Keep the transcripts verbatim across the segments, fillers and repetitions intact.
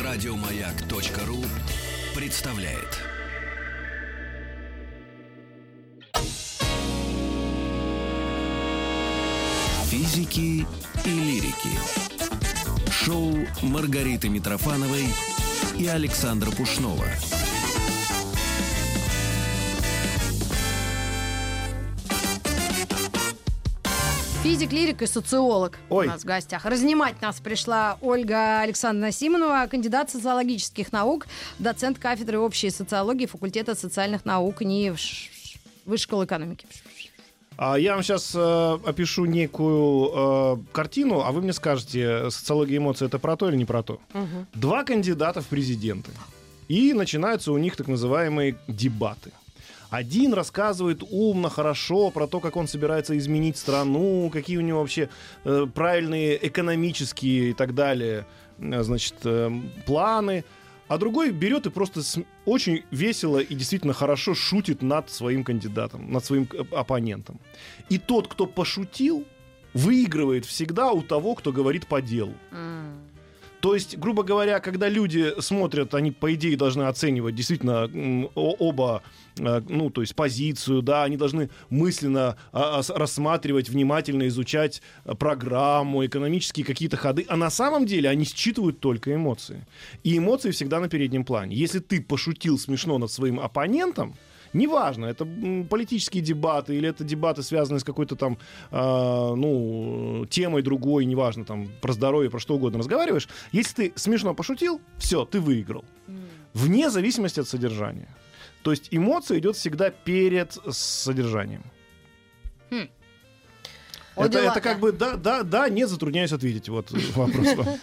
Радиомаяк.ру представляет. Физики и лирики. Шоу Маргариты Митрофановой и Александра Пушнова. Физик, лирик и социолог Ой. у нас в гостях. Разнимать нас пришла Ольга Александровна Симонова, кандидат социологических наук, доцент кафедры общей социологии факультета социальных наук НИИ Высшей школы экономики. А я вам сейчас э, опишу некую э, картину, а вы мне скажете, социология эмоций — это про то или не про то? Угу. Два кандидата в президенты. И начинаются у них так называемые дебаты. Один рассказывает умно, хорошо про то, как он собирается изменить страну, какие у него вообще э, правильные экономические и так далее, э, значит, э, планы. А другой берет и просто с... очень весело и действительно хорошо шутит над своим кандидатом, над своим оппонентом. И тот, кто пошутил, выигрывает всегда у того, кто говорит по делу. Mm. То есть, грубо говоря, когда люди смотрят, они, по идее, должны оценивать действительно оба, ну, то есть позицию, да, они должны мысленно рассматривать, внимательно изучать программу, экономические какие-то ходы, а на самом деле они считывают только эмоции. И эмоции всегда на переднем плане. Если ты пошутил смешно над своим оппонентом, неважно, это политические дебаты или это дебаты, связанные с какой-то там, э, ну, темой другой, неважно, там, про здоровье, про что угодно разговариваешь. Если ты смешно пошутил, все, ты выиграл. Mm. Вне зависимости от содержания. То есть эмоция идет всегда перед содержанием. Mm. Это, это как бы, да, да, да, нет, затрудняюсь ответить. Вот вопрос.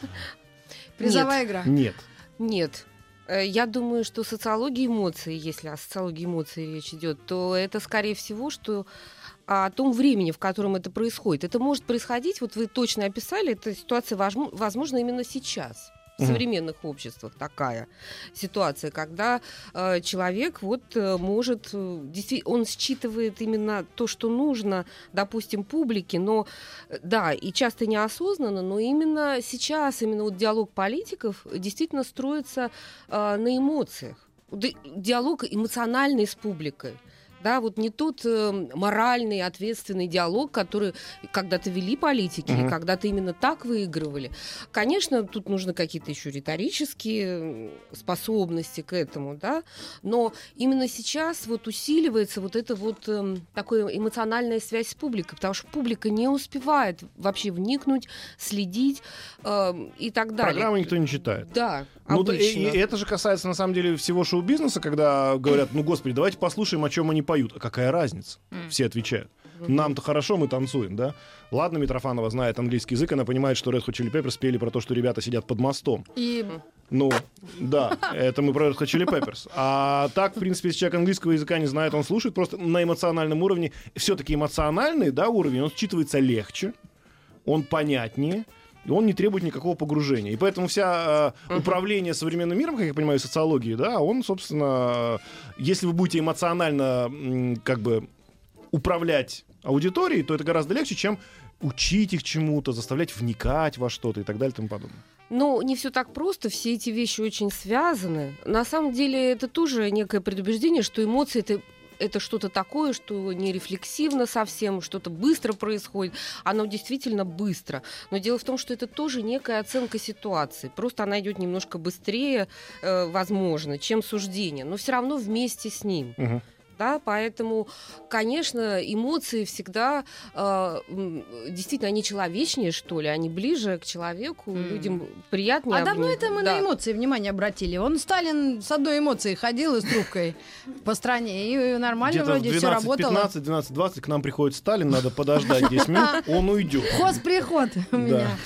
Призовая игра. Нет. Нет. Я думаю, что социология эмоций, если о социологии эмоций речь идет, то это, скорее всего, что о том времени, в котором это происходит. Это может происходить, вот вы точно описали, эта ситуация, возможно, именно сейчас. В mm-hmm. современных обществах такая ситуация, когда э, человек вот э, может, э, действительно, он считывает именно то, что нужно, допустим, публике, но, э, да, и часто неосознанно, но именно сейчас, именно вот диалог политиков действительно строится э, на эмоциях. Диалог эмоциональный с публикой. Да, вот не тот э, моральный, ответственный диалог, который когда-то вели политики, mm-hmm. и когда-то именно так выигрывали. Конечно, тут нужны какие-то еще риторические способности к этому, да, но именно сейчас вот усиливается вот эта вот э, такая эмоциональная связь с публикой, потому что публика не успевает вообще вникнуть, следить э, и так далее. Программы никто не читает. Да, ну, обычно. И, и это же касается, на самом деле, всего шоу-бизнеса, когда говорят, ну, господи, давайте послушаем, о чем они поют. А какая разница? Mm. Все отвечают. Mm-hmm. Нам-то хорошо, мы танцуем, да? Ладно, Митрофанова знает английский язык, она понимает, что Red Hot Chili Peppers пели про то, что ребята сидят под мостом. И... Ну, да, это мы про Red Hot Chili Peppers. А так, в принципе, если человек английского языка не знает, он слушает просто на эмоциональном уровне. Все-таки эмоциональный, да, уровень, он считывается легче, он понятнее, и он не требует никакого погружения. И поэтому вся э, управление современным миром, как я понимаю, социологии, да, он, собственно, если вы будете эмоционально м, как бы управлять аудиторией, то это гораздо легче, чем учить их чему-то, заставлять вникать во что-то и так далее и тому подобное. Ну, не все так просто, все эти вещи очень связаны. На самом деле это тоже некое предубеждение, что эмоции — это... это что-то такое, что не рефлексивно совсем, что-то быстро происходит. Оно действительно быстро. Но дело в том, что это тоже некая оценка ситуации. Просто она идет немножко быстрее, э, возможно, чем суждение. Но все равно вместе с ним. Угу. Да, поэтому, конечно, эмоции всегда э, действительно они человечнее, что ли, они ближе к человеку, mm. людям приятнее. А давно это мы да. на эмоции внимание обратили? Он, Сталин, с одной эмоцией ходил и с трубкой по стране, и нормально где-то вроде все работало. пятнадцать, двенадцать, двадцать к нам приходит Сталин, надо подождать десять минут, он уйдет. Хозприход у меня.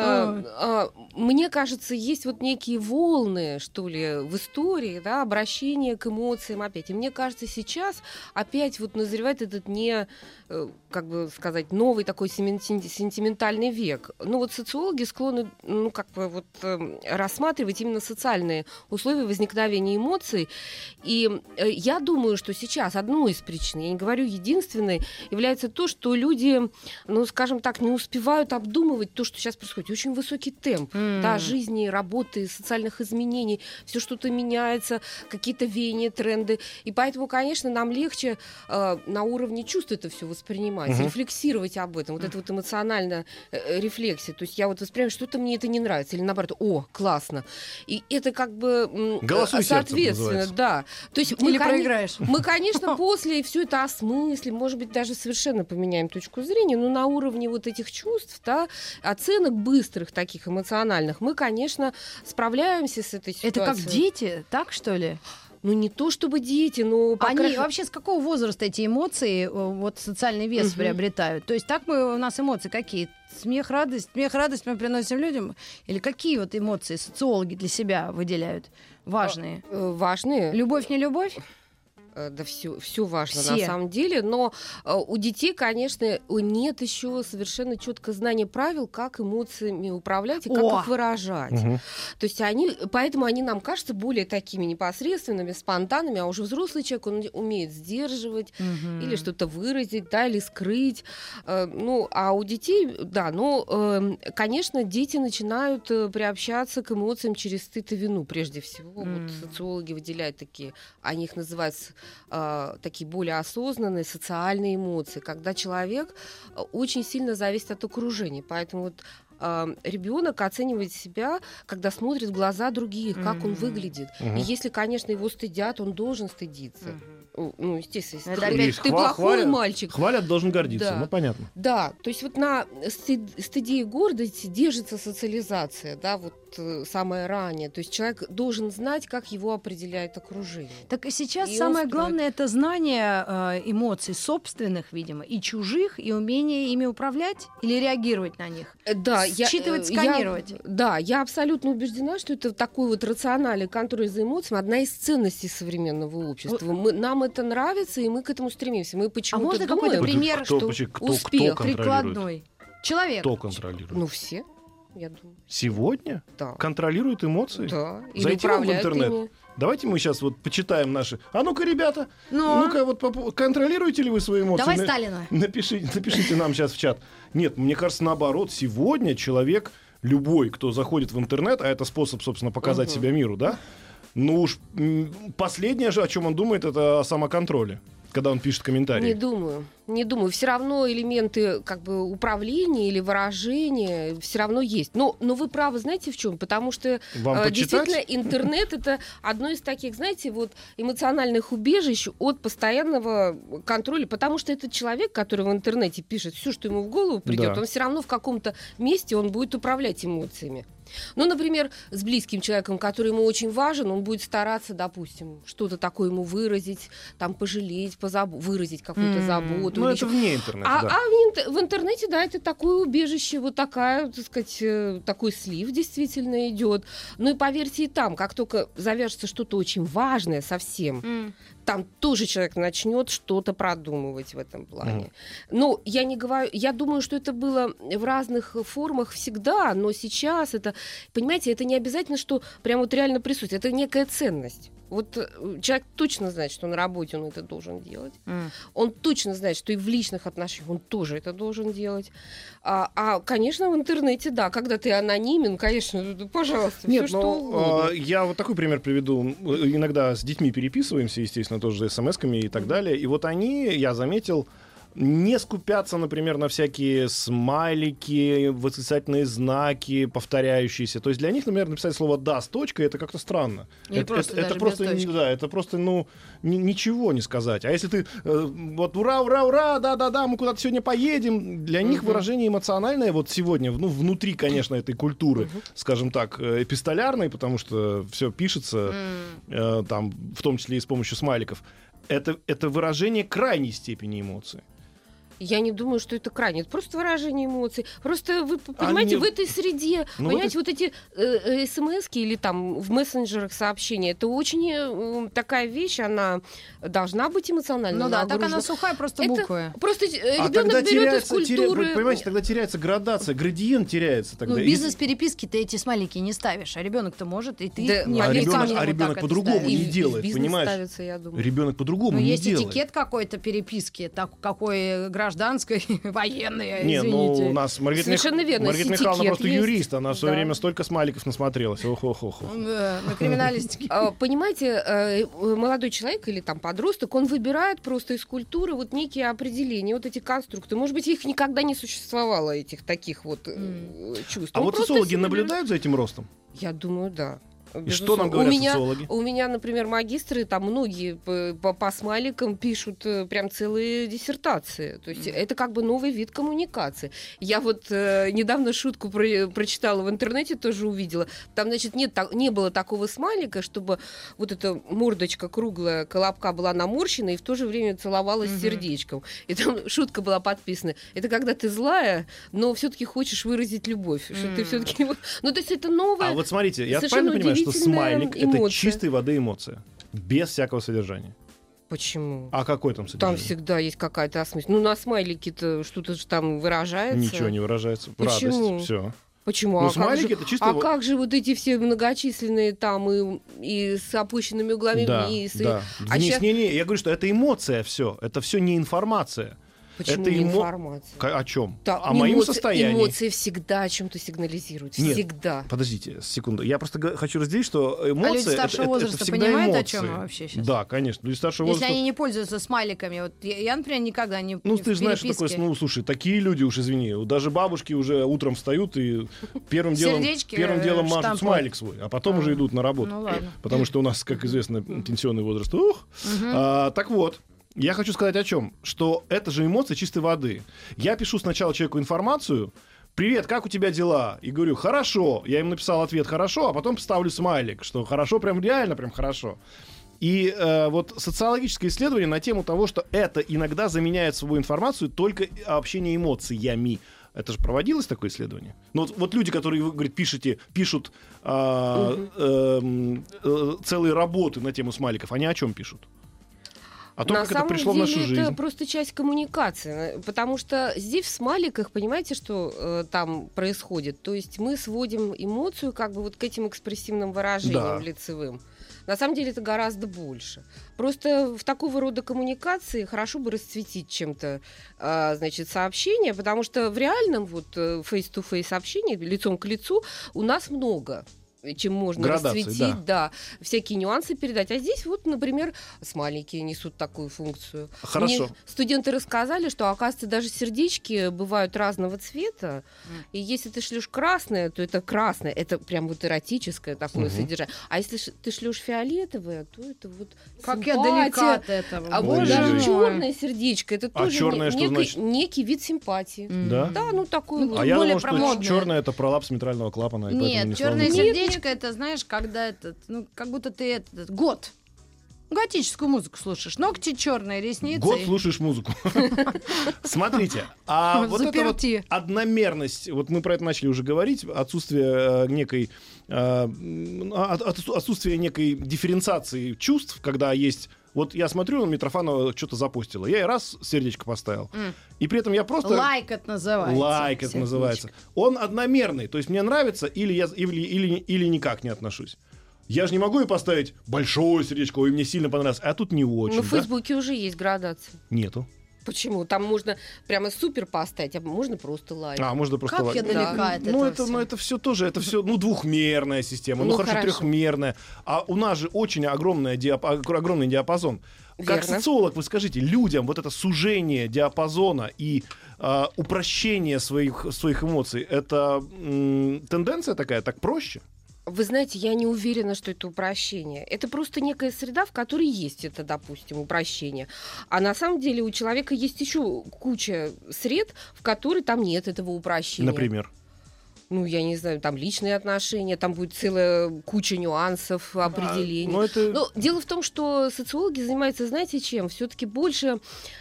Мне кажется, есть вот некие волны, что ли, в истории, да, обращение к эмоциям опять. И мне кажется, сейчас опять вот назревает этот не, как бы сказать, новый такой сентиментальный век. Ну вот социологи склонны, ну как бы вот рассматривать именно социальные условия возникновения эмоций. И я думаю, что сейчас одной из причин, я не говорю единственной, является то, что люди, ну скажем так, не успевают обдумывать то, что сейчас происходит. чувствовать очень высокий темп Mm. да, жизни, работы, социальных изменений. Все что-то меняется, какие-то веяния, тренды. И поэтому, конечно, нам легче э, на уровне чувств это все воспринимать, Мгм. рефлексировать об этом. Вот это вот эмоциональная э, рефлексия. То есть я вот воспринимаю, что-то мне это не нравится. Или наоборот, о, классно. И это как бы м, Голосуй э, сердцем соответственно, называется. да. То есть Или мы, коне- проиграешь. мы, конечно, после все это осмыслим, может быть, даже совершенно поменяем точку зрения, но на уровне вот этих чувств, да, оценок быстрых таких эмоциональных, мы, конечно, справляемся с этой ситуацией. Это как дети, так что ли? Ну, не то чтобы дети, но... по Они крайней- вообще с какого возраста эти эмоции, э, вот социальный вес Мгм. приобретают? То есть так мы, у нас эмоции какие? Смех, радость? Смех, радость мы приносим людям? Или какие вот эмоции социологи для себя выделяют? Важные. Э, Важные. Любовь, не любовь? Э, Да, все, все важно Все. на самом деле, но э, у детей, конечно, нет еще совершенно четко знания правил, как эмоциями управлять и как О! их выражать. Мгм. То есть они, поэтому они нам кажутся более такими непосредственными, спонтанными, а уже взрослый человек, он умеет сдерживать или что-то выразить, да, или скрыть. Э, ну, а у детей, да, ну, э, конечно, дети начинают э, приобщаться к эмоциям через стыд и вину, прежде всего. М. Вот социологи выделяют такие, они их называют э, такие более осознанные социальные эмоции, когда человек э, очень сильно зависит от окружения. Поэтому вот ребенок оценивает себя, когда смотрит в глаза других, как он Мгм. выглядит. Мгм. И если, конечно, его стыдят, он должен стыдиться. Мгм. О, Ну, естественно, если Это ты, опять ты хва- плохой хвалят. мальчик. Хвалят, должен гордиться. Да. Ну, понятно. Да, то есть вот на стыд- стыде и гордости держится социализация, да, вот э, самое ранее. То есть человек должен знать, как его определяет окружение. Так и сейчас И он самое строит. главное это знание э, эмоций собственных, видимо, и чужих, и умение ими управлять или реагировать на них. Э, Да, я, Считывать, э, я- сканировать. да, я абсолютно убеждена, что это такой вот рациональный контроль за эмоциями, одна из ценностей современного общества. Мы, нам это нравится, и мы к этому стремимся. Мы А почему-то можно какой-то думаем, пример, кто, что почему- кто, успех кто контролирует? прикладной? Человек. Кто контролирует? ну все, я думаю, Сегодня да. контролирует эмоции? Да, или Зайти вам в управляют интернет? ими. Давайте мы сейчас вот почитаем наши. А ну-ка, ребята, Ну, ну-ка вот поп- контролируете ли вы свои эмоции? давай На- Сталина. Напишите, напишите нам сейчас в чат. Нет, мне кажется, наоборот, сегодня человек, любой, кто заходит в интернет, а это способ, собственно, показать Мгм. себя миру, да? Ну уж м, последнее же, о чем он думает, это о самоконтроле, когда он пишет комментарии. Не думаю, не думаю. Все равно элементы как бы управления или выражения все равно есть. Но, но вы правы, знаете в чем? Потому что Вам э, почитать? действительно интернет это одно из таких, знаете, вот эмоциональных убежищ от постоянного контроля, потому что этот человек, который в интернете пишет все, что ему в голову придет, Да. он все равно в каком-то месте он будет управлять эмоциями. Ну, например, с близким человеком, который ему очень важен, он будет стараться, допустим, что-то такое ему выразить, там пожалеть, позаб... выразить какую-то М. заботу. Ну, или это ещё. вне интернета, А, да. а в, интер- в интернете, да, это такое убежище, вот такая, так сказать, э, такой слив действительно идет. Ну и поверьте, и там, как только завяжется что-то очень важное совсем, М. там тоже человек начнет что-то продумывать в этом плане. Ну, я не говорю, я думаю, что это было в разных формах всегда, но сейчас это, понимаете, это не обязательно, что прям вот реально присутствует, это некая ценность. Вот э, человек точно знает, что на работе он это должен делать. М. Он точно знает, что и в личных отношениях он тоже это должен делать. А, а, конечно, в интернете, да, когда ты анонимен, конечно, да, пожалуйста, Нет, все что ну, угодно. а, я вот такой пример приведу. Иногда с детьми переписываемся, естественно, тоже смс-ками и так далее. И вот они, я заметил, не скупятся, например, на всякие смайлики, восклицательные знаки, повторяющиеся. То есть для них, например, написать слово «да» с точкой — это как-то странно. Или это просто это, это даже просто, без не- точки. да, это просто, ну, ни- ничего не сказать. А если ты э, вот «ура, ура, ура, да-да-да, мы куда-то сегодня поедем», для них Мгм. выражение эмоциональное вот сегодня, ну, внутри, конечно, этой культуры, Мгм. скажем так, э, эпистолярной, потому что все пишется, М. э, там, в том числе и с помощью смайликов, это, это выражение крайней степени эмоций. Я не думаю, что это крайне. Это просто выражение эмоций. Просто вы п- понимаете, Они- в этой среде, Ну, понимаете, вот вот эти э, смс-ки или там в мессенджерах сообщения, это очень э, такая вещь, она должна быть эмоционально Ну да, так нагружена. она сухая, просто Это буквы. Просто э, А ребенок тогда берет из теряется, теря- культуры. понимаете, тогда теряется градация, градиент теряется тогда. Ну, Если- бизнес-переписки ты эти смайлики не ставишь, а ребенок-то может, и ты Да, не а обязательно ребенок- ему а так ребенок это по-другому ставить. не И в делает, бизнес понимаешь? ставится, я думаю. Ребенок по-другому Ну, не есть делает. этикет какой-то переписки, так, какой гражданин гражданской, военной, Не, извините. ну у нас Маргарита, Мих... Совершенно верно, Маргарита с Михайловна этикет просто есть. юрист, она в свое Да. время столько смайликов насмотрелась. Ох-ох-ох. Да, на криминалистике. А, Понимаете, э, молодой человек или там подросток, он выбирает просто из культуры вот некие определения, вот эти конструкты. Может быть, их никогда не существовало, этих таких вот э, чувств. А Он вот просто социологи себе наблюдают за этим ростом? выбирает. Я думаю, да. И что нам Безусловно. говорят у меня, социологи? У меня, например, магистры, там многие по, по- по смайликам пишут э, прям целые диссертации. То есть это как бы новый вид коммуникации. Я вот э, недавно шутку про- прочитала в интернете, тоже увидела. Там, значит, нет, та- не было такого смайлика, чтобы вот эта мордочка круглая, колобка была наморщена и в то же время целовалась Мгм. сердечком. И там шутка была подписана. Это когда ты злая, но все-таки хочешь выразить любовь. Что ты М. все-таки... Ну, то есть это новое... А вот смотрите, я совершенно правильно понимаю, что удивительная смайлик — это эмоция. чистой воды эмоция, без всякого содержания. Почему? А какой там Там содержание? всегда есть какая-то осмысленность. Ну, на смайлике-то что-то же там выражается. Ничего не выражается. Почему? Радость, все. Почему? Ну, а как смайлики же, это чисто... а вот- как же вот эти все многочисленные там и, и с опущенными углами Да, вниз? и- да. А Вниз, щас- не, не, я говорю, что это эмоция все. Это все не информация. Почему это не эмо- информация? К- О чем? Да, О моем эмоции- состоянии. Эмоции всегда о чем-то сигнализируют. Нет. Всегда. Подождите, секунду. Я просто г- хочу разделить, что эмоции... А люди это- старшего это- это возраста всегда понимают, о эмоции. чем мы вообще сейчас? Да, конечно. Люди старшего Если возраста... они не пользуются смайликами. Вот я, я, например, никогда не Ну, в ты же знаешь, что такое... переписке. Ну, слушай, такие люди уж, извини, даже бабушки уже утром встают и первым делом, Сердечки, первым э, делом мажут штампуют. смайлик свой, а потом А. уже идут на работу. Ну ладно. Потому что у нас, как известно, пенсионный возраст. Ух. А, так вот, я хочу сказать о чем? Что это же эмоции чистой воды. Я пишу сначала человеку информацию. Привет, как у тебя дела? И говорю, хорошо. Я им написал ответ хорошо, а потом ставлю смайлик, что хорошо, прям реально прям хорошо. И э, вот социологическое исследование на тему того, что это иногда заменяет свою информацию только общение эмоциями. Это же проводилось такое исследование? Ну вот, вот люди, которые, вы, говорит, пишете, пишут э, э, э, целые работы на тему смайликов, они о чем пишут? О том, На как это самом пришло деле в нашу это жизнь. просто часть коммуникации, потому что здесь в смайликах, понимаете, что э, там происходит? То есть мы сводим эмоцию как бы вот к этим экспрессивным выражениям Да. лицевым. На самом деле это гораздо больше. Просто в такого рода коммуникации хорошо бы расцветить чем-то, э, значит, сообщение, потому что в реальном вот э, face-to-face общении, лицом к лицу, у нас много чем можно Градации, расцветить, да. всякие нюансы передать. А здесь вот, например, смайлики несут такую функцию. Хорошо. Мне студенты рассказали, что, оказывается, даже сердечки бывают разного цвета. И если ты шлешь красное, то это красное. Это прям вот эротическое такое Мгм. содержание. А если ш- ты шлешь фиолетовое, то это вот Как я симпатия. далека от этого. А Ой, вот даже ой, ой. черное сердечко, это А тоже чёрное не- что некий, значит? некий вид симпатии. М. Да? Да, ну такой Ну, вот. А я более думал, что промодное. черное это пролапс митрального клапана. и поэтому Нет, не черное сравнить. Нет, сердечко это, знаешь, когда этот, ну, как будто ты этот, год. Готическую музыку слушаешь. Ногти черные, ресницы. Год и- слушаешь музыку. Смотрите, а вот эта вот Заперти. одномерность, вот мы про это начали уже говорить, отсутствие э, некой э, м, от- от- отсутствие некой дифференциации чувств, когда есть. Вот я смотрю, Митрофанова что-то запустила, я ей раз сердечко поставил, М. и при этом я просто Лайк это называется. лайк это Сердечко. называется. Он одномерный, то есть мне нравится или я или или или никак не отношусь. Я же не могу ей поставить большое сердечко, ой, мне сильно понравилось, а тут не очень. Ну, в да? Фейсбуке уже есть градация. Нету. Почему? Там можно прямо супер поставить, а можно просто лайк. А, можно просто Как лайк. я далека Да. от Ну, этого это, всего. ну, это все тоже, это все, ну, двухмерная система, ну, Ну, хорошо, хорошо. трехмерная. А у нас же очень огромная диап- огромный диапазон. Как Верно. социолог, вы скажите, людям вот это сужение диапазона и а, упрощение своих, своих эмоций, это м, тенденция такая, так проще? Вы знаете, я не уверена, что это упрощение. Это просто некая среда, в которой есть это, допустим, упрощение. А на самом деле у человека есть еще куча сред, в которой там нет этого упрощения. Например. Ну, я не знаю, там личные отношения, там будет целая куча нюансов, определений. Ну, это... Но дело в том, что социологи занимаются, знаете, чем? Все-таки больше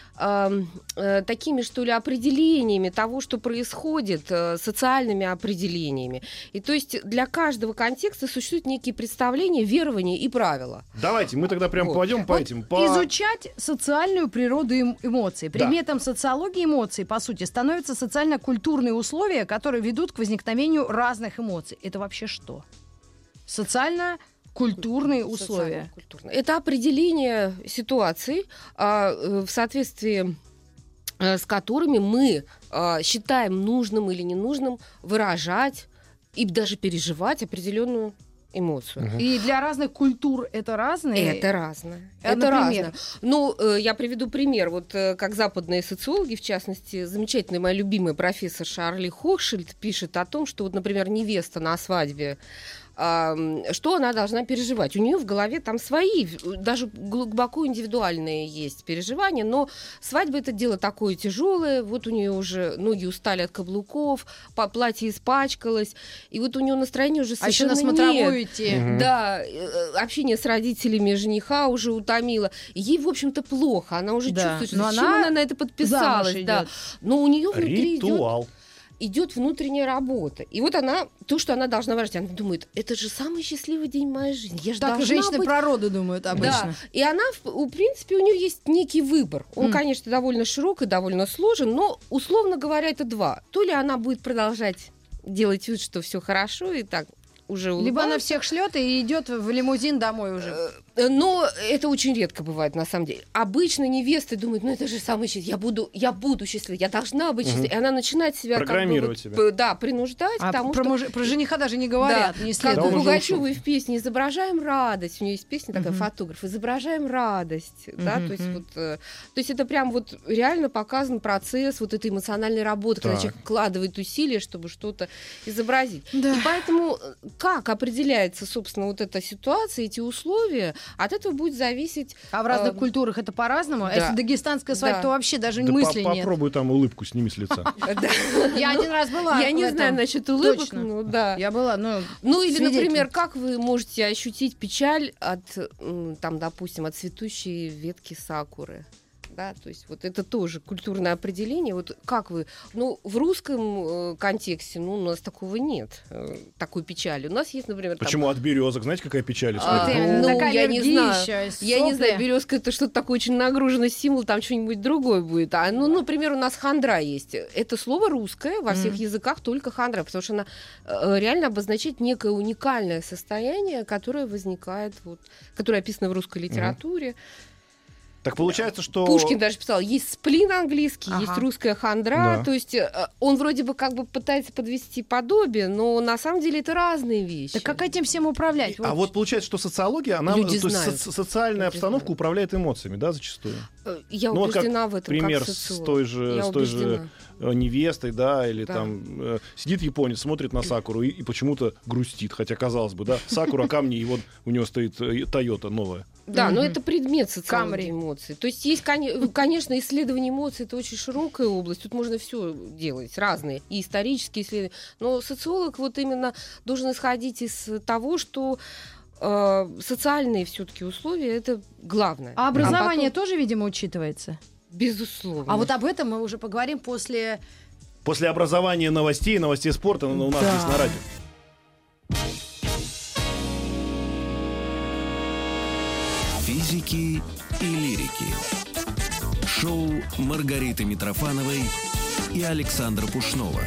э, э, такими, что ли, определениями того, что происходит, э, социальными определениями. И то есть для каждого контекста существуют некие представления, верования и правила. Давайте, мы тогда прям Вот. пойдем по Вот этим. По... Изучать социальную природу эм- эмоций. Да. Предметом социологии эмоций, по сути, становятся социально-культурные условия, которые ведут к возникновению разных эмоций. Это вообще что? Социально-культурные условия. Социально-культурные. Это определение ситуации а, э, в соответствии с которыми мы э, считаем нужным или ненужным выражать и даже переживать определенную эмоцию. Угу. И для разных культур это разные? Это разное. А, это например? разное. Ну, э, я приведу пример. Вот э, как западные социологи, в частности, замечательная моя любимая профессор Шарли Хохшильд пишет о том, что, вот, например, невеста на свадьбе, что она должна переживать. У нее в голове там свои, даже глубоко индивидуальные есть переживания, но свадьба — это дело такое тяжелое, вот у нее уже ноги устали от каблуков, платье испачкалось, и вот у нее настроение уже совершенно а еще на смотровую нет. идти. Угу. Да, общение с родителями жениха уже утомило. Ей, в общем-то, плохо, она уже да. чувствует, что но зачем она она на это подписалась. Да. Но у нее внутри Ритуал. идет... идет внутренняя работа. И вот она, то, что она должна выражать, она думает, это же самый счастливый день моей жизни. Я же так должна женщины быть... про роды думают обычно. Да. И она, в, в принципе, у нее есть некий выбор. Он, mm. конечно, довольно широк и довольно сложен, но, условно говоря, это два. То ли она будет продолжать делать вид, что все хорошо, и так уже улыбаться. Либо она всех шлет и идет в лимузин домой уже. Но это очень редко бывает, на самом деле. Обычно невесты думают, ну это же самый счастливый, я буду, я буду счастлива, я должна быть счастлива. Угу. И она начинает себя программировать как бы, вот, себя. Да, принуждать а к тому, про, что... муж... про жениха даже не говорят, да, не как следует. у Пугачёвой в песне «Изображаем радость». У нее есть песня такая, угу. фотограф. «Изображаем радость». Угу. Да, то есть, вот, то есть это прям вот реально показан процесс вот этой эмоциональной работы, так. когда человек вкладывает усилия, чтобы что-то изобразить. Да. И поэтому как определяется, собственно, вот эта ситуация, эти условия, от этого будет зависеть... А в разных э, культурах это по-разному? Да. А если дагестанская свадьба, Да. то вообще даже да мысли по- нет. Попробуй там улыбку сними с лица. Я один раз была. Я не знаю насчет улыбок, но да. Я была, ну... Ну или, например, как вы можете ощутить печаль от, там, допустим, от цветущей ветки сакуры? Да, то есть вот это тоже культурное определение. Вот как вы... Ну, в русском э, контексте, ну, у нас такого нет, э, такой печали. У нас есть, например... Там, Почему от березок? Знаете, какая печаль? А, именно, ну, такая я не аллергия знаю. ещё, Я не сопли. знаю, березка — это что-то такое очень нагруженный символ, там что-нибудь другое будет. А, ну, например, у нас хандра есть. Это слово русское, во всех mm. языках только хандра, потому что она э, реально обозначает некое уникальное состояние, которое возникает, вот, которое описано в русской литературе. Mm. Так получается, что... Пушкин даже писал, есть сплин английский, ага. есть русская хандра, Да. то есть э, он вроде бы как бы пытается подвести подобие, но на самом деле это разные вещи. Так как этим всем управлять? А вот получается, что социология, она, Люди то есть знают. со- социальная Люди обстановка знают. управляет эмоциями, да, зачастую? Э, Я Ну, вот как убеждена в этом, пример как с социолог. той же, Я с той убеждена. же э, невестой, да, или Да. там э, сидит японец, смотрит на сакуру и, и почему-то грустит, хотя казалось бы, да, сакура, камни, и вот у него стоит э, Тойота новая. Да, Мгм. но это предмет социологии Камри. эмоций. То есть есть, коне- конечно, исследование эмоций — это очень широкая область. Тут можно все делать, разные, и исторические исследования. Но социолог вот именно должен исходить из того, что э, социальные все-таки условия — это главное. А образование потом- тоже, видимо, учитывается? Безусловно. А вот об этом мы уже поговорим после... После образования новостей, новостей спорта, у нас Да. здесь на радио. Физики и лирики. Шоу Маргариты Митрофановой и Александра Пушнова.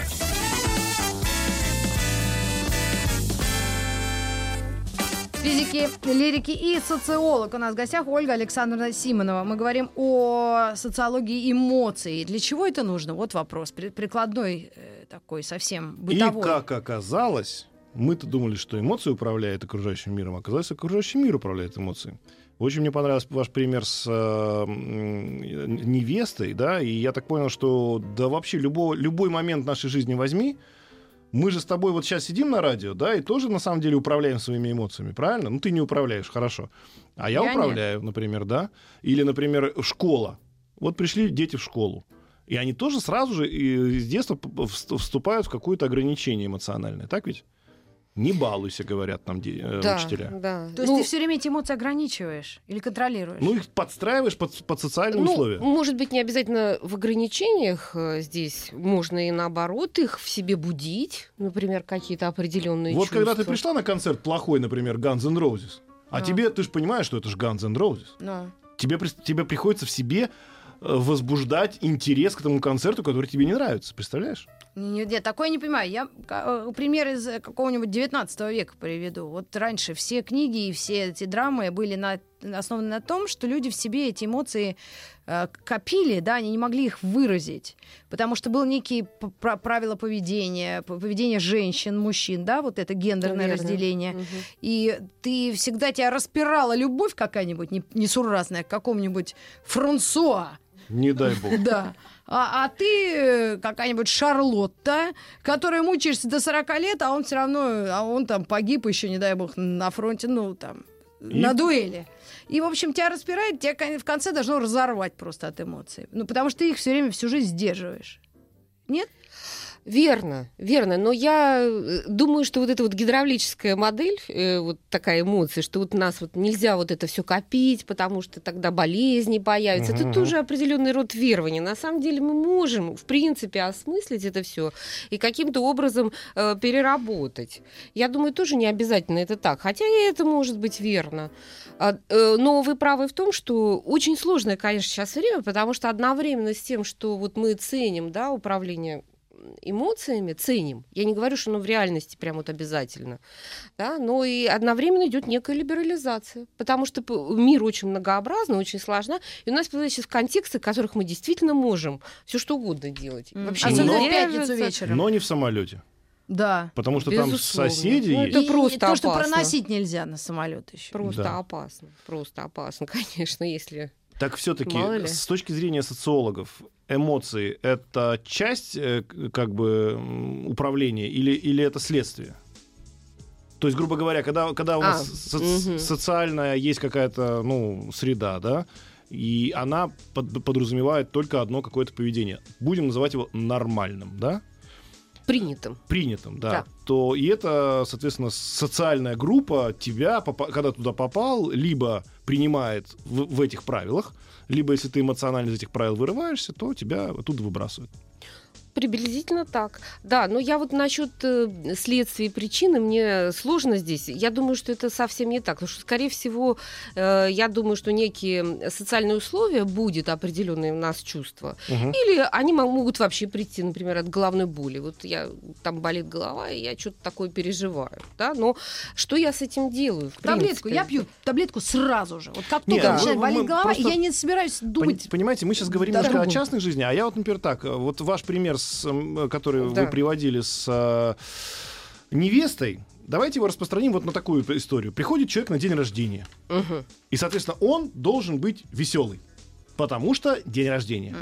Физики, лирики и социолог. У нас в гостях Ольга Александровна Симонова. Мы говорим о социологии эмоций. Для чего это нужно? Вот вопрос. При- Прикладной э, такой, совсем бытовой. И как оказалось, мы-то думали, что эмоции управляют окружающим миром, а оказалось, окружающий мир управляет эмоциями. Очень мне понравился ваш пример с э, м, невестой, да, и я так понял, что да вообще любой, любой момент нашей жизни возьми, мы же с тобой вот сейчас сидим на радио, да, и тоже на самом деле управляем своими эмоциями, правильно? Ну, ты не управляешь, хорошо. А я, Я управляю, например, да. Или, например, школа. Вот пришли дети в школу. И они тоже сразу же и с детства п- п- вступают в какое-то ограничение эмоциональное. Так ведь? Не балуйся, говорят нам де- э, да, учителя. Да. То есть Ну, ты все время эти эмоции ограничиваешь или контролируешь? Ну, их подстраиваешь под, под социальные ну, условия. может быть, не обязательно в ограничениях э, здесь. Можно и наоборот их в себе будить, например, какие-то определенные Вот чувства. когда ты пришла на концерт плохой, например, Guns N' Roses, а Да. тебе, ты же понимаешь, что это же Guns N' Roses. Ну. Тебе, при- тебе приходится в себе э, возбуждать интерес к этому концерту, который тебе не нравится. Представляешь? Нет, нет, такое не понимаю. Я э, пример из какого-нибудь девятнадцатого века приведу. Вот раньше все книги и все эти драмы были на, основаны на том, что люди в себе эти эмоции э, копили, да, они не могли их выразить, потому что было некие п- правила поведения, поведение женщин, мужчин, да, вот это гендерное Верно. разделение. Мгм. И ты всегда тебя распирала любовь какая-нибудь не- несуразная к какому-нибудь Франсуа. Не дай бог. Да. А, а ты э, какая-нибудь Шарлотта, которая мучаешься до сорока лет, а он все равно, а он там погиб еще, не дай бог, на фронте, ну там, И? на дуэли. И, в общем, тебя распирает, тебя кон- в конце должно разорвать просто от эмоций. Ну, потому что ты их все время всю жизнь сдерживаешь. Нет? Верно, верно. Но я э, думаю, что вот эта вот гидравлическая модель, э, вот такая эмоция, что вот нас вот нельзя вот это все копить, потому что тогда болезни появятся. Мгм. Это тоже определенный род верования. На самом деле мы можем, в принципе, осмыслить это все и каким-то образом э, переработать. Я думаю, тоже не обязательно это так. Хотя и это может быть верно. А, э, но вы правы в том, что очень сложное, конечно, сейчас время, потому что одновременно с тем, что вот мы ценим, да, управление эмоциями, ценим. Я не говорю, что оно в реальности прям вот обязательно, да, но и одновременно идет некая либерализация, потому что п- мир очень многообразный, очень сложно, и у нас появляются сейчас контексты, в которых мы действительно можем все что угодно делать. М, Вообще особенно Но- в не пятницу держится. вечером. Но не в самолете. Да. Потому что там Безусловно. соседи Ну, есть. это И просто то, что опасно. проносить нельзя на самолет еще. Просто Да. опасно, просто опасно, конечно, если... Так все-таки, Мало ли. с точки зрения социологов, эмоции — это часть э, к- как бы м, управления или, или это следствие? То есть, грубо говоря, когда, когда у А, нас со- мгм. социальная есть какая-то, ну, среда, да, и она под- подразумевает только одно какое-то поведение. Будем называть его нормальным, да? Принятым. Принятым, да, Да. то и это, соответственно, социальная группа тебя, попа- когда туда попал, либо принимает в, в этих правилах, либо если ты эмоционально из этих правил вырываешься, то тебя оттуда выбрасывают. Приблизительно так. Да, но я вот насчет э, следствия и причины, мне сложно здесь. Я думаю, что это совсем не так. Потому что, скорее всего, э, я думаю, что некие социальные условия будет определенные у нас чувства. Мгм. Или они мо- могут вообще прийти, например, от головной боли. Вот я, там болит голова, и я что-то такое переживаю. Да? Но что я с этим делаю? в Таблетку. принципе? Я пью таблетку сразу же. Вот как Не, только да, начинает мы- болеть мы голова, просто- я не собираюсь думать. Пон- Понимаете, мы сейчас говорим Да, немножко о другом. частной жизни, а я вот, например, так, вот ваш пример, с, м, который Да. вы приводили с э, невестой, давайте его распространим вот на такую историю. Приходит человек на день рождения, Мгм. и, соответственно, он должен быть веселый, потому что день рождения.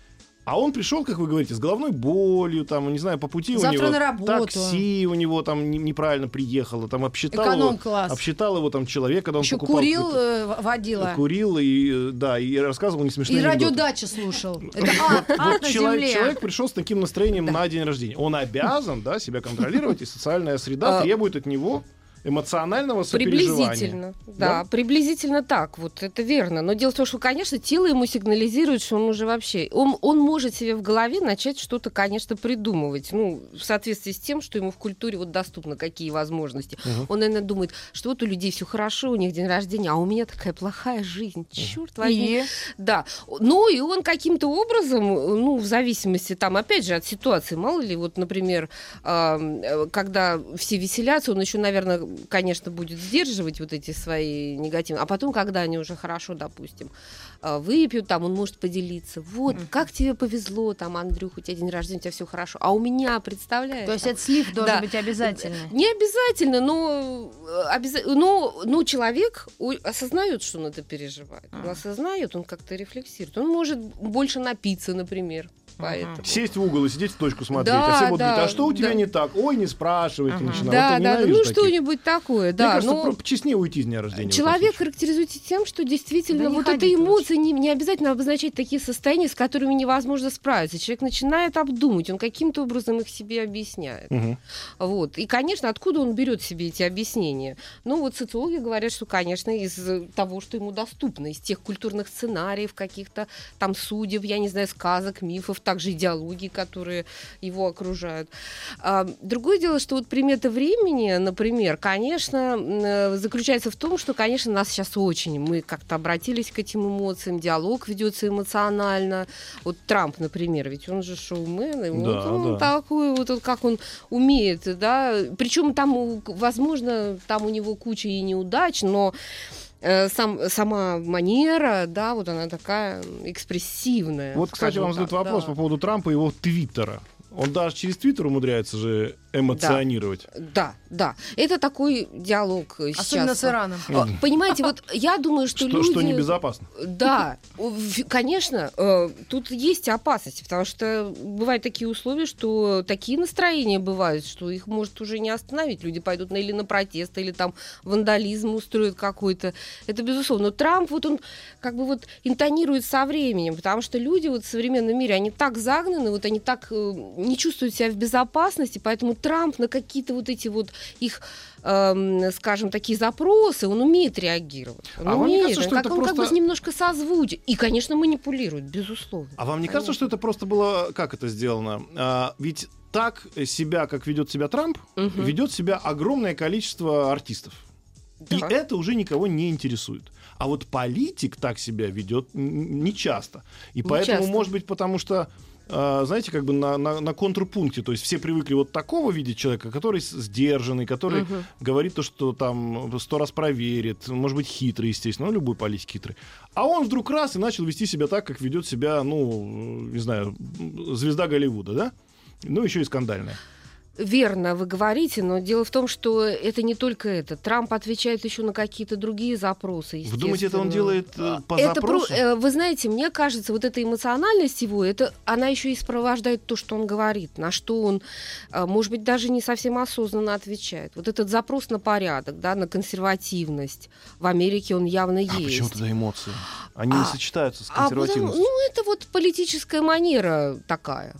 А он пришел, как вы говорите, с головной болью, там, не знаю, по пути Завтра у него на работу. такси у него там не- неправильно приехало, там обсчитал его, Эконом-класс. обсчитал его там человек, когда он Еще покупал курил, какой-то- э, водила. курил и э, да и рассказывал не смешные И анекдоты. радиодача слушал. Это ад, ад Вот на человек, земле. человек пришел с таким настроением на день рождения. Он обязан, да, себя контролировать, и социальная среда А. требует от него эмоционального сопереживания. Приблизительно, да, Да? приблизительно так, вот это верно. Но дело в том, что, конечно, тело ему сигнализирует, что он уже вообще, он, он может себе в голове начать что-то, конечно, придумывать, ну, в соответствии с тем, что ему в культуре вот доступно, какие возможности. Мгм. Он, наверное, думает, что вот у людей все хорошо, у них день рождения, а у меня такая плохая жизнь, черт возьми. И Да, ну и он каким-то образом, ну, в зависимости там, опять же, от ситуации, мало ли, вот, например, а, э, когда все веселятся, он еще, наверное, конечно, будет сдерживать вот эти свои негативные, а потом, когда они уже хорошо, допустим, а, выпьют, там, он может поделиться, вот, как тебе повезло, там, Андрюх, у тебя день рождения, у тебя все хорошо, а у меня, представляешь? то есть там, этот слив должен Да. быть обязательно. не обязательно, но, э, обяза- но, но человек у- осознает, что он это переживает. Он А. осознает, он как-то рефлексирует. Он может больше напиться, например. Поэтому. Сесть в угол и сидеть в точку смотреть. Да, а все будут да, говорить, а что у тебя да. не так? Ой, не спрашивайте, Ага. начинают. Да, Вот я да, ненавижу ну таких. что-нибудь такое, Мне да. кажется, но про- честнее уйти из дня рождения. в этом человек случае. характеризуется тем, что действительно Да не вот ходить эта лучше. эмоция не, не обязательно обозначать такие состояния, с которыми невозможно справиться. Человек начинает обдумать, он каким-то образом их себе объясняет. Мгм. Вот. И, конечно, откуда он берет себе эти объяснения? Ну, вот социологи говорят, что, конечно, из э, того, что ему доступно, из тех культурных сценариев, каких-то там судеб, я не знаю, сказок, мифов, также идеологии, которые его окружают. А, другое дело, что вот примета времени, например, конечно, заключается в том, что, конечно, нас сейчас очень, мы как-то обратились к этим эмоциям, диалог ведется эмоционально. Вот Трамп, например, ведь он же шоумен, и Да, вот он да. такой, вот он, как он умеет, да. Причем там, возможно, там у него куча и неудач, но э, сам, сама манера, да, вот она такая экспрессивная. Вот, кстати, скажем вам задают так, вопрос да. по поводу Трампа и его твиттера. Он даже через твиттер умудряется же эмоционировать. Да, да. Это такой диалог сейчас. Особенно с Ираном. А, Понимаете, вот я думаю, что, Что, люди... что небезопасно. Да, в- конечно, э, тут есть опасность, потому что бывают такие условия, что такие настроения бывают, что их может уже не остановить. Люди пойдут на, или на протест, или там вандализм устроят какой-то. Это безусловно. Но Трамп, вот он как бы вот интонирует со временем, потому что люди вот в современном мире, они так загнаны, вот они так э, не чувствуют себя в безопасности, поэтому Трамп на какие-то вот эти вот их, эм, скажем, такие запросы, он умеет реагировать. Он А вам не умеет. кажется, что он, это как, он как бы просто- с немножко созвучит. И, конечно, манипулирует, безусловно. А вам не кажется, что это просто было... Как это сделано? А, ведь так себя, как ведет себя Трамп, Мгм. ведет себя огромное количество артистов. И Да. это уже никого не интересует. А вот политик так себя ведет не часто. И Не поэтому, часто. может быть, потому что, э, знаете, как бы на, на, на контрпункте. То есть все привыкли вот такого видеть человека, который с- сдержанный, который Мгм. говорит то, что там сто раз проверит, может быть, хитрый, естественно, ну, любой политик хитрый. А он вдруг раз и начал вести себя так, как ведет себя, ну, не знаю, звезда Голливуда, да? Ну, еще и скандальная. Верно, вы говорите, но дело в том, что это не только это. Трамп отвечает еще на какие-то другие запросы. Вы думаете, это он естественно. делает э, по Это про- запросу? э, вы знаете, мне кажется, вот эта эмоциональность его, это, она еще и сопровождает то, что он говорит, на что он, э, может быть, даже не совсем осознанно отвечает. Вот этот запрос на порядок, да, на консервативность. В Америке он явно А есть. почему тогда эмоции? Они не А- сочетаются с А потому- консервативностью. ну, это вот политическая манера такая.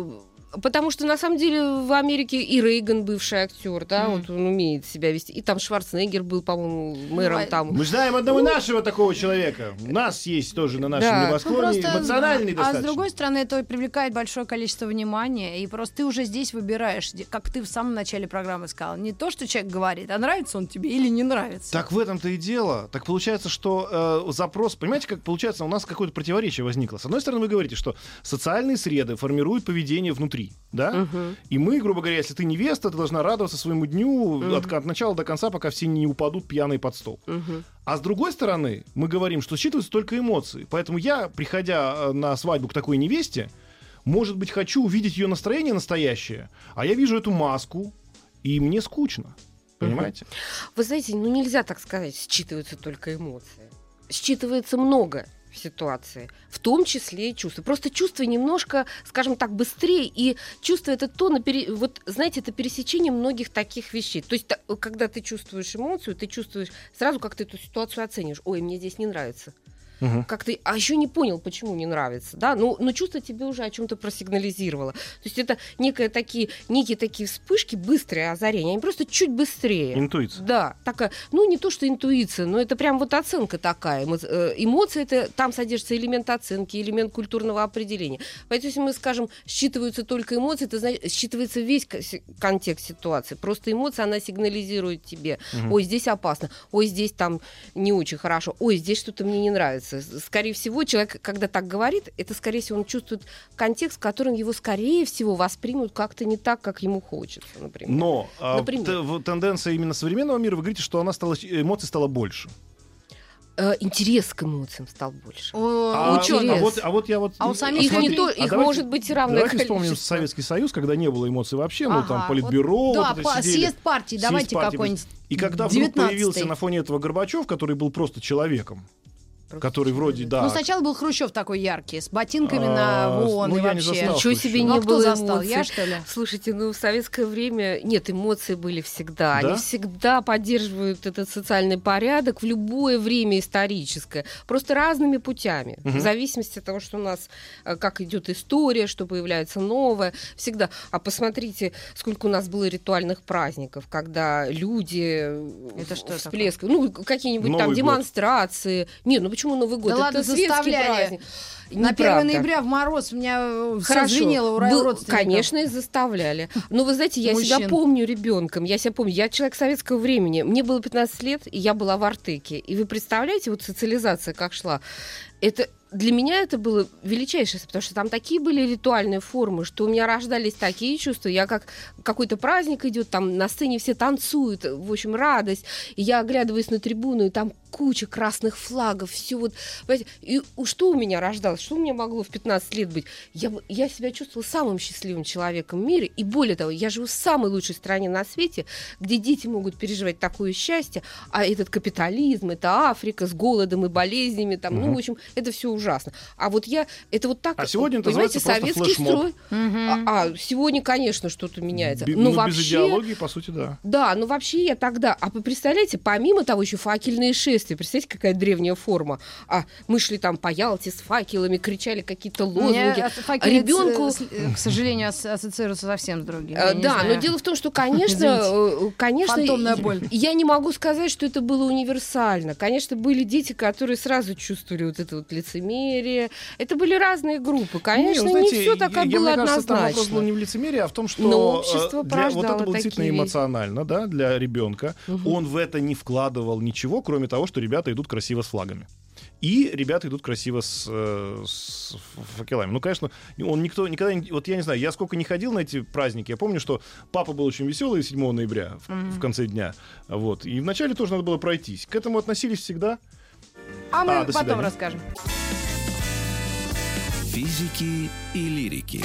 Потому что, на самом деле, в Америке и Рейган, бывший актер, да, Мгм. вот он умеет себя вести. И там Шварценеггер был, по-моему, мэром Ну, а- там. Мы знаем одного нашего такого человека. У нас есть тоже на нашем Да. Ну, небосклоне просто, эмоциональный а достаточно. с другой стороны, это привлекает большое количество внимания, и просто ты уже здесь выбираешь, где- как ты в самом начале программы сказал, не то, что человек говорит, а нравится он тебе или не нравится. Так в этом-то и дело. Так получается, что э, запрос... Понимаете, как получается, у нас какое-то противоречие возникло. С одной стороны, вы говорите, что социальные среды формируют поведение внутри, да? Мгм. И мы, грубо говоря, если ты невеста, ты должна радоваться своему дню Мгм. от, от начала до конца, пока все не упадут пьяные под стол. Мгм. А с другой стороны, мы говорим, что считываются только эмоции. Поэтому я, приходя э, на свадьбу к такой невесте, может быть, хочу увидеть ее настроение настоящее, а я вижу эту маску, и мне скучно. Понимаете? Вы знаете, ну нельзя так сказать, считываются только эмоции. Считывается много в ситуации, в том числе и чувства. Просто чувства немножко, скажем так, быстрее, и чувство это то, на пере... вот знаете, это пересечение многих таких вещей. То есть, та- когда ты чувствуешь эмоцию, ты чувствуешь сразу, как ты эту ситуацию оценишь. Ой, мне здесь не нравится. Мгм. Как ты, а еще не понял, почему не нравится, да, но, но чувство тебе уже о чем-то просигнализировало. То есть это некие такие, некие такие вспышки, быстрые озарения, они просто чуть быстрее. Интуиция. Да, такая, ну не то, что интуиция, но это прям вот оценка такая. Эмо- э, Эмоции, это, там содержится элемент оценки, элемент культурного определения. Поэтому если мы скажем, считываются только эмоции, это значит, считывается весь ко- си- контекст ситуации. Просто эмоция, она сигнализирует тебе, Мгм. ой, здесь опасно, ой, здесь там не очень хорошо, ой, здесь что-то мне не нравится. Скорее всего, человек, когда так говорит, это, скорее всего, он чувствует контекст, в котором его, скорее всего, воспримут как-то не так, как ему хочется, например. Но а, Например. т- в- тенденция именно современного мира, вы говорите, что она стала, эмоций стало больше. Э, интерес к эмоциям стал больше. О, А, учёный. а вот, а вот я вот... А у самих Их, не смотри, то, а их давайте- может быть равное Давайте количество. вспомним Советский Союз, когда не было эмоций вообще, ну там Ага, политбюро, вот, вот да, это по- сидели. съезд партии, Съезд давайте партии какой-нибудь. И когда вдруг девятнадцатый. появился на фоне этого Горбачев, который был просто человеком, который вроде, да... Ну, сначала был Хрущев такой яркий, с ботинками А, на ВОН ну, и я не вообще. застал Ничего себе Хрущева. Ну, не а кто было застал? эмоций. Я, что ли? Слушайте, ну в советское время нет, эмоции были всегда. Да? Они всегда поддерживают этот социальный порядок в любое время историческое. Просто разными путями. Мгм. В зависимости от того, что у нас, э, как идет история, что появляется новое. Всегда. А посмотрите, сколько у нас было ритуальных праздников, когда люди... Это что всплеск, ну, какие-нибудь Новый там год. демонстрации. Нет, ну почему почему Новый год? Да это ладно, светский заставляли. праздник. На первое ноября в мороз у меня все звенело у родственников. Конечно, и заставляли. Но вы знаете, я Мужчин. себя помню ребенком. Я себя помню. Я человек советского времени. Мне было пятнадцать лет, и я была в Артеке. И вы представляете, вот социализация как шла. Это для меня это было величайшее, потому что там такие были ритуальные формы, что у меня рождались такие чувства. Я как какой-то праздник идет, там на сцене все танцуют, в общем, радость. И я оглядываюсь на трибуну, и там куча красных флагов, все вот. Понимаете? И что у меня рождалось? Что у меня могло в пятнадцать лет быть? Я, я себя чувствовала самым счастливым человеком в мире. И более того, я живу в самой лучшей стране на свете, где дети могут переживать такое счастье, а этот капитализм, это Африка с голодом и болезнями, там, угу. ну, в общем, это все ужасно. А вот я, это вот так, а сегодня понимаете, советский строй. Угу. А, а сегодня, конечно, что-то меняется. Би- но ну, вообще, без идеологии, по сути, да. Да, но вообще я тогда... А вы представляете, помимо того, еще факельные шествия. Представляете, какая древняя форма. А мы шли там по Ялте с факелами, кричали какие-то лозунги. А ребенку... К сожалению, ассоциируется совсем с другим. А, да, но дело в том, что, конечно, конечно фантомная боль. Я не могу сказать, что это было универсально. Конечно, были дети, которые сразу чувствовали вот это вот лицемерие. Это были разные группы. Конечно, не, знаете, не все так я, было мне кажется, однозначно. Там вопрос был не в лицемерии, а в том, что но общество для, вот это было действительно вещи. эмоционально, да, для ребенка. Угу. Он в это не вкладывал ничего, кроме того, что ребята идут красиво с флагами. И ребята идут красиво с, с факелами. Ну, конечно, он никто никогда не... Вот я не знаю, я сколько не ходил на эти праздники, я помню, что папа был очень веселый седьмого ноября в, mm-hmm. в конце дня. Вот. И вначале тоже надо было пройтись. К этому относились всегда. А мы а, потом расскажем. Физики и лирики.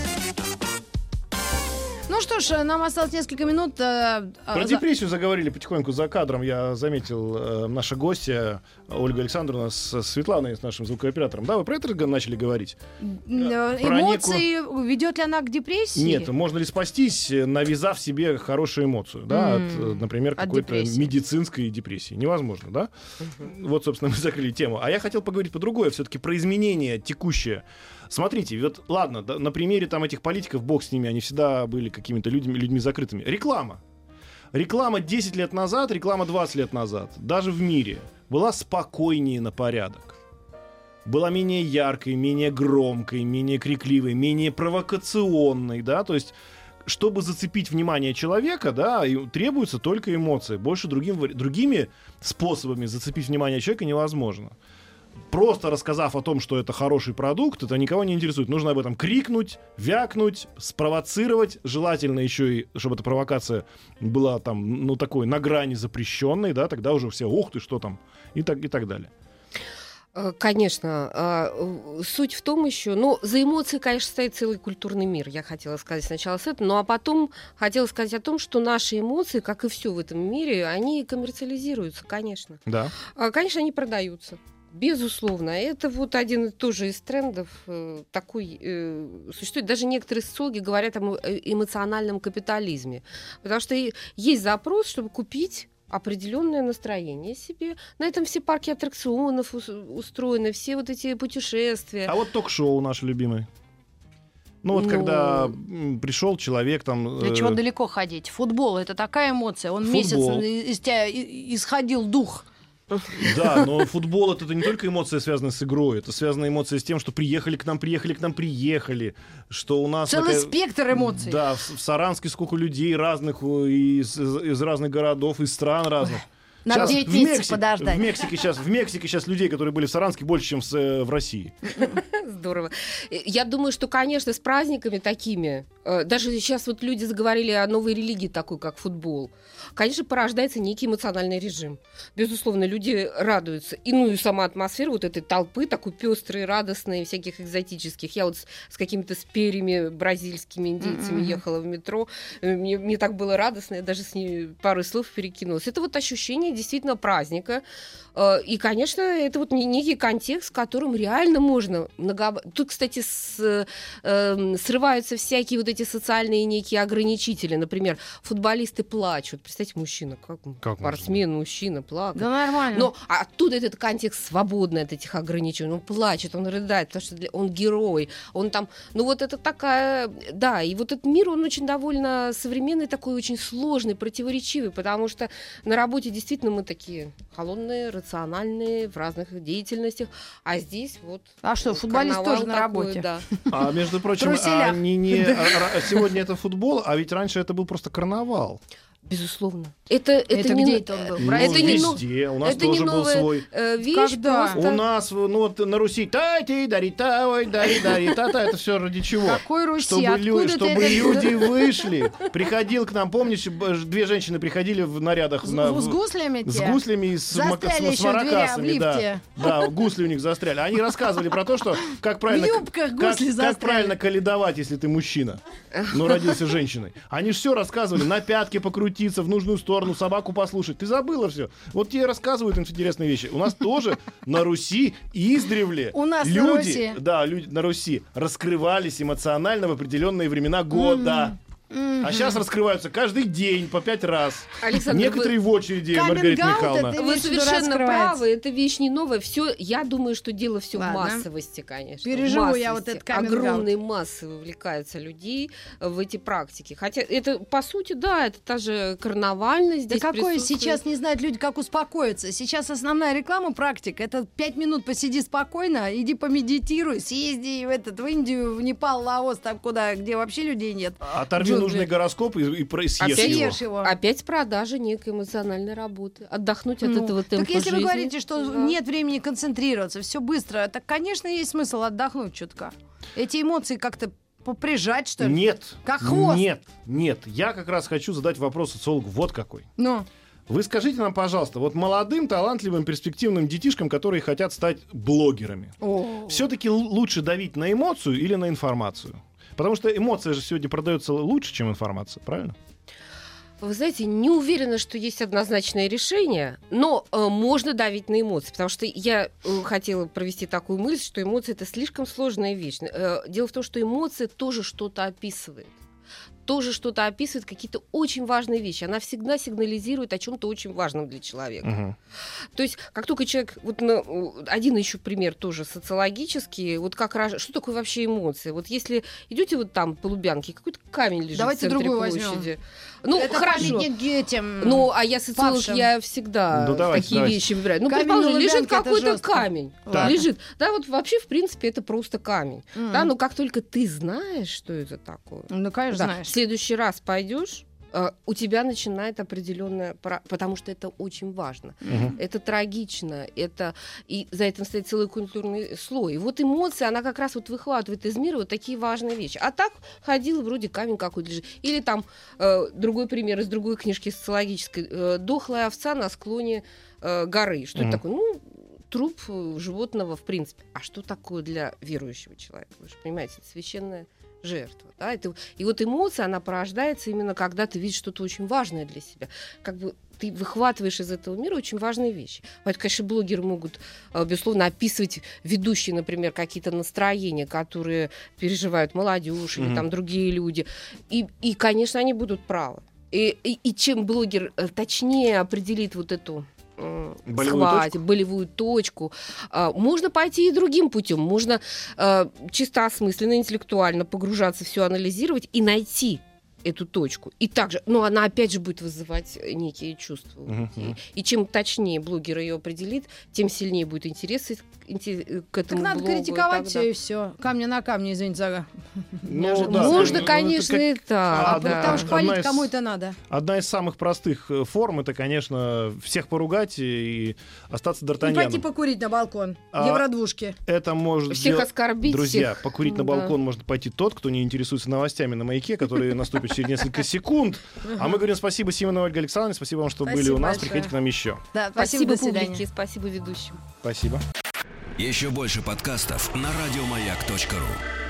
Ну что ж, нам осталось несколько минут. Э, Про за... депрессию заговорили потихоньку за кадром. Я заметил, э, наша гостья Ольга Александровна с Светланой, с нашим звукооператором. Да, вы про это начали говорить? Эмоции, некую... ведет ли она к депрессии? Нет, можно ли спастись, навязав себе хорошую эмоцию, да, mm. от, например, от какой-то депрессии. Медицинской депрессии? Невозможно, да? Uh-huh. Вот, собственно, мы закрыли тему. А я хотел поговорить по другое, все-таки про изменения текущее. Смотрите, вот ладно, да, на примере там этих политиков, бог с ними, они всегда были какими-то людьми, людьми закрытыми. Реклама. Реклама десять лет назад, реклама двадцать лет назад, даже в мире, была спокойнее на порядок. Была менее яркой, менее громкой, менее крикливой, менее провокационной, да, то есть чтобы зацепить внимание человека, да, требуется только эмоции. Больше другим, другими способами зацепить внимание человека невозможно. Просто рассказав о том, что это хороший продукт, это никого не интересует. Нужно об этом крикнуть, вякнуть, спровоцировать. Желательно еще и, чтобы эта провокация была там, ну, такой на грани запрещенной, да, тогда уже все, ух ты, что там, и так, и так далее. Конечно. Суть в том еще, ну, за эмоции, конечно, стоит целый культурный мир, я хотела сказать сначала с этого, ну, а потом хотела сказать о том, что наши эмоции, как и все в этом мире, они коммерциализируются, конечно. Да. Конечно, они продаются. Безусловно, это вот один тоже из трендов э, такой э, существует. Даже некоторые социологи говорят о эмоциональном капитализме, потому что есть запрос, чтобы купить определенное настроение себе. На этом все парки аттракционов устроены, все вот эти путешествия. А вот ток-шоу наше любимое. Ну вот, ну, когда пришел человек там... Для э... чего далеко ходить? Футбол — это такая эмоция. Он Футбол. месяц из тебя исходил дух. Да, но футбол — это не только эмоции, связанные с игрой, это связаны эмоции с тем, что приехали к нам, приехали к нам, приехали, что у нас... Целый такая... спектр эмоций. Да, в, в Саранске сколько людей разных, из, из разных городов, из стран разных. Надо девять месяцев подождать. В Мексике, сейчас, в Мексике сейчас людей, которые были в Саранске, больше, чем с, в России. Здорово. Я думаю, что, конечно, с праздниками такими, даже сейчас вот люди заговорили о новой религии, такой как футбол, конечно, порождается некий эмоциональный режим. Безусловно, люди радуются. И, ну, и сама атмосфера вот этой толпы, такой пестрой, радостной, всяких экзотических. Я вот с, с какими-то спериями бразильскими индейцами mm-hmm. ехала в метро. Мне, мне так было радостно, я даже с ними пару слов перекинулась. Это вот ощущение действительно праздника. И, конечно, это вот некий контекст, в котором реально можно много... Тут, кстати, с, э, срываются всякие вот эти социальные некие ограничители. Например, футболисты плачут. Представьте, мужчина, как, как спортсмен, можно? Мужчина плакает. Да нормально. Но оттуда этот контекст свободный от этих ограничений. Он плачет, он рыдает, потому что он герой. Он там... Ну вот это такая... Да, и вот этот мир, он очень довольно современный, такой очень сложный, противоречивый, потому что на работе действительно действительно мы такие холодные, рациональные в разных деятельностях, а здесь вот... А что, футболист карнавал тоже на такой, работе? Да. А между прочим, Труселя. они не, а, а, сегодня это футбол, а ведь раньше это был просто карнавал. Безусловно. Это, это, Это не, где это он был? Ну, это не но- везде. У нас это тоже не был новая свой. э, вещь. Когда? Просто... У нас, ну вот на Руси, та-ти, дари-та, ой, дари-дари-та-та, это все ради чего? Какой Руси? Чтобы, лю- Откуда ты чтобы это- люди вышли. Приходил к нам, помнишь, б- две женщины приходили в нарядах. С, на- с гуслями С те? гуслями и с, Застряли мака- с еще в дверях в маракасами, да. лифте. Да, гусли у них застряли. Они рассказывали про то, что как правильно, В юбках как, гусли как застряли. правильно каледовать, если ты мужчина, но родился женщиной. Они все рассказывали, на пятке покрутиться, в нужную сторону, собаку послушать. Ты забыла все. Вот тебе рассказывают интересные вещи. У нас тоже на Руси издревле У нас на люди, Руси. да, люди на Руси раскрывались эмоционально в определенные времена года. А сейчас раскрываются каждый день по пять раз. Александр, Некоторые в очереди, Маргарита Каминг-аут Михайловна. это Вы вещь, что совершенно раскрывается. правы, это вещь не новая. Все, я думаю, что дело все в Ладно. массовости, конечно. Переживу в я вот массовости. этот каминг-аут. Огромные массы вовлекаются людей в эти практики. Хотя это, по сути, да, это та же карнавальность. Да здесь какое присутствует. сейчас не знают люди, как успокоиться. Сейчас основная реклама, практика. Это пять минут посиди спокойно, иди помедитируй, съезди в, этот, в Индию, в Непал, Лаос, там куда, где вообще людей нет. Оторви Джунгли. нужный гороскоп и, и, про- и съешь Опять его. Съешь его. Опять продажа некой эмоциональной работы. Отдохнуть от Ну, этого темпа так если вы жизни. говорите, что Да. нет времени концентрироваться, все быстро, так, конечно, есть смысл отдохнуть чутка. Эти эмоции как-то поприжать, что ли? Нет, Как хвост. нет, нет. Я как раз хочу задать вопрос социологу вот какой. Ну, Вы скажите нам, пожалуйста, вот молодым, талантливым, перспективным детишкам, которые хотят стать блогерами, о. все-таки лучше давить на эмоцию или на информацию? Потому что эмоция же сегодня продается лучше, чем информация, правильно? Вы знаете, не уверена, что есть однозначное решение, но э, можно давить на эмоции, потому что я э, хотела провести такую мысль, что эмоции — это слишком сложная вещь. Э, дело в том, что эмоция тоже что-то описывает. тоже что-то описывает, какие-то очень важные вещи. Она всегда сигнализирует о чем-то очень важном для человека. Угу. То есть, как только человек... Вот на, один еще пример тоже социологический. Вот как раз... Что такое вообще эмоции? Вот если идете вот там по Лубянке, какой-то камень лежит Давайте в центре другую площади. возьмем. Ну, это хорошо. памятник детям. Ну, а я социолог, павшим. я всегда Ну, давайте, такие давайте. вещи выбираю. Ну, Камень предположим, на лежит Лубянке — это какой-то жестко. камень. Так. Лежит. Да, вот вообще, в принципе, это просто камень. М. Да, но как только ты знаешь, что это такое, Ну, конечно, да, знаешь. в следующий раз пойдешь, э, у тебя начинает определенная, пора- потому что это очень важно. Мгм. Это трагично, это и за этим стоит целый культурный слой. И вот эмоция, она как раз вот выхватывает из мира вот такие важные вещи. А так ходила вроде камень какой-то лежит. Или там э, другой пример из другой книжки социологической. Э, дохлая овца на склоне э, горы. Что Мгм. это такое? Ну, труп э, животного в принципе. А что такое для верующего человека? Вы же понимаете, это священная жертва. Да? Это, и вот эмоция, она порождается именно когда ты видишь что-то очень важное для себя. Как бы ты выхватываешь из этого мира очень важные вещи. Поэтому, конечно, блогеры могут, э, безусловно, описывать ведущие, например, какие-то настроения, которые переживают молодежь или Мгм. там другие люди. И, и, конечно, они будут правы. И, и, и чем блогер э, точнее определит вот эту м, Болевую схватку, точку? болевую точку, а, можно пойти и другим путем. Можно а, чисто осмысленно, интеллектуально погружаться, все анализировать и найти эту точку. И также, но она опять же будет вызывать некие чувства у Мгм, людей. мгм. И чем точнее блогер ее определит, тем сильнее будет интерес и- инте- к Так этому надо блогу. критиковать тогда. все и все. Камня на камне, извините за... Ну, неожиданно. да, Можно, ну, конечно, это и как- так. А, А да. потому что Одна хвалить из- кому это надо. Одна из самых простых э, форм — это, конечно, всех поругать и остаться И пойти Д'Артаньяном. покурить на балкон. А, Евродвушки. Это может Всех сделать- оскорбить, Друзья, всех- покурить на ну да. балкон может пойти тот, кто не интересуется новостями на «Маяке», которые наступят через несколько секунд. А мы говорим спасибо Симоновой Ольге Александровне, спасибо вам, что были Спасибо у нас. большое. Приходите к нам еще. Да, спасибо, Спасибо до свидания. публике, спасибо ведущим. Спасибо. Еще больше подкастов на радиомаяк точка ру.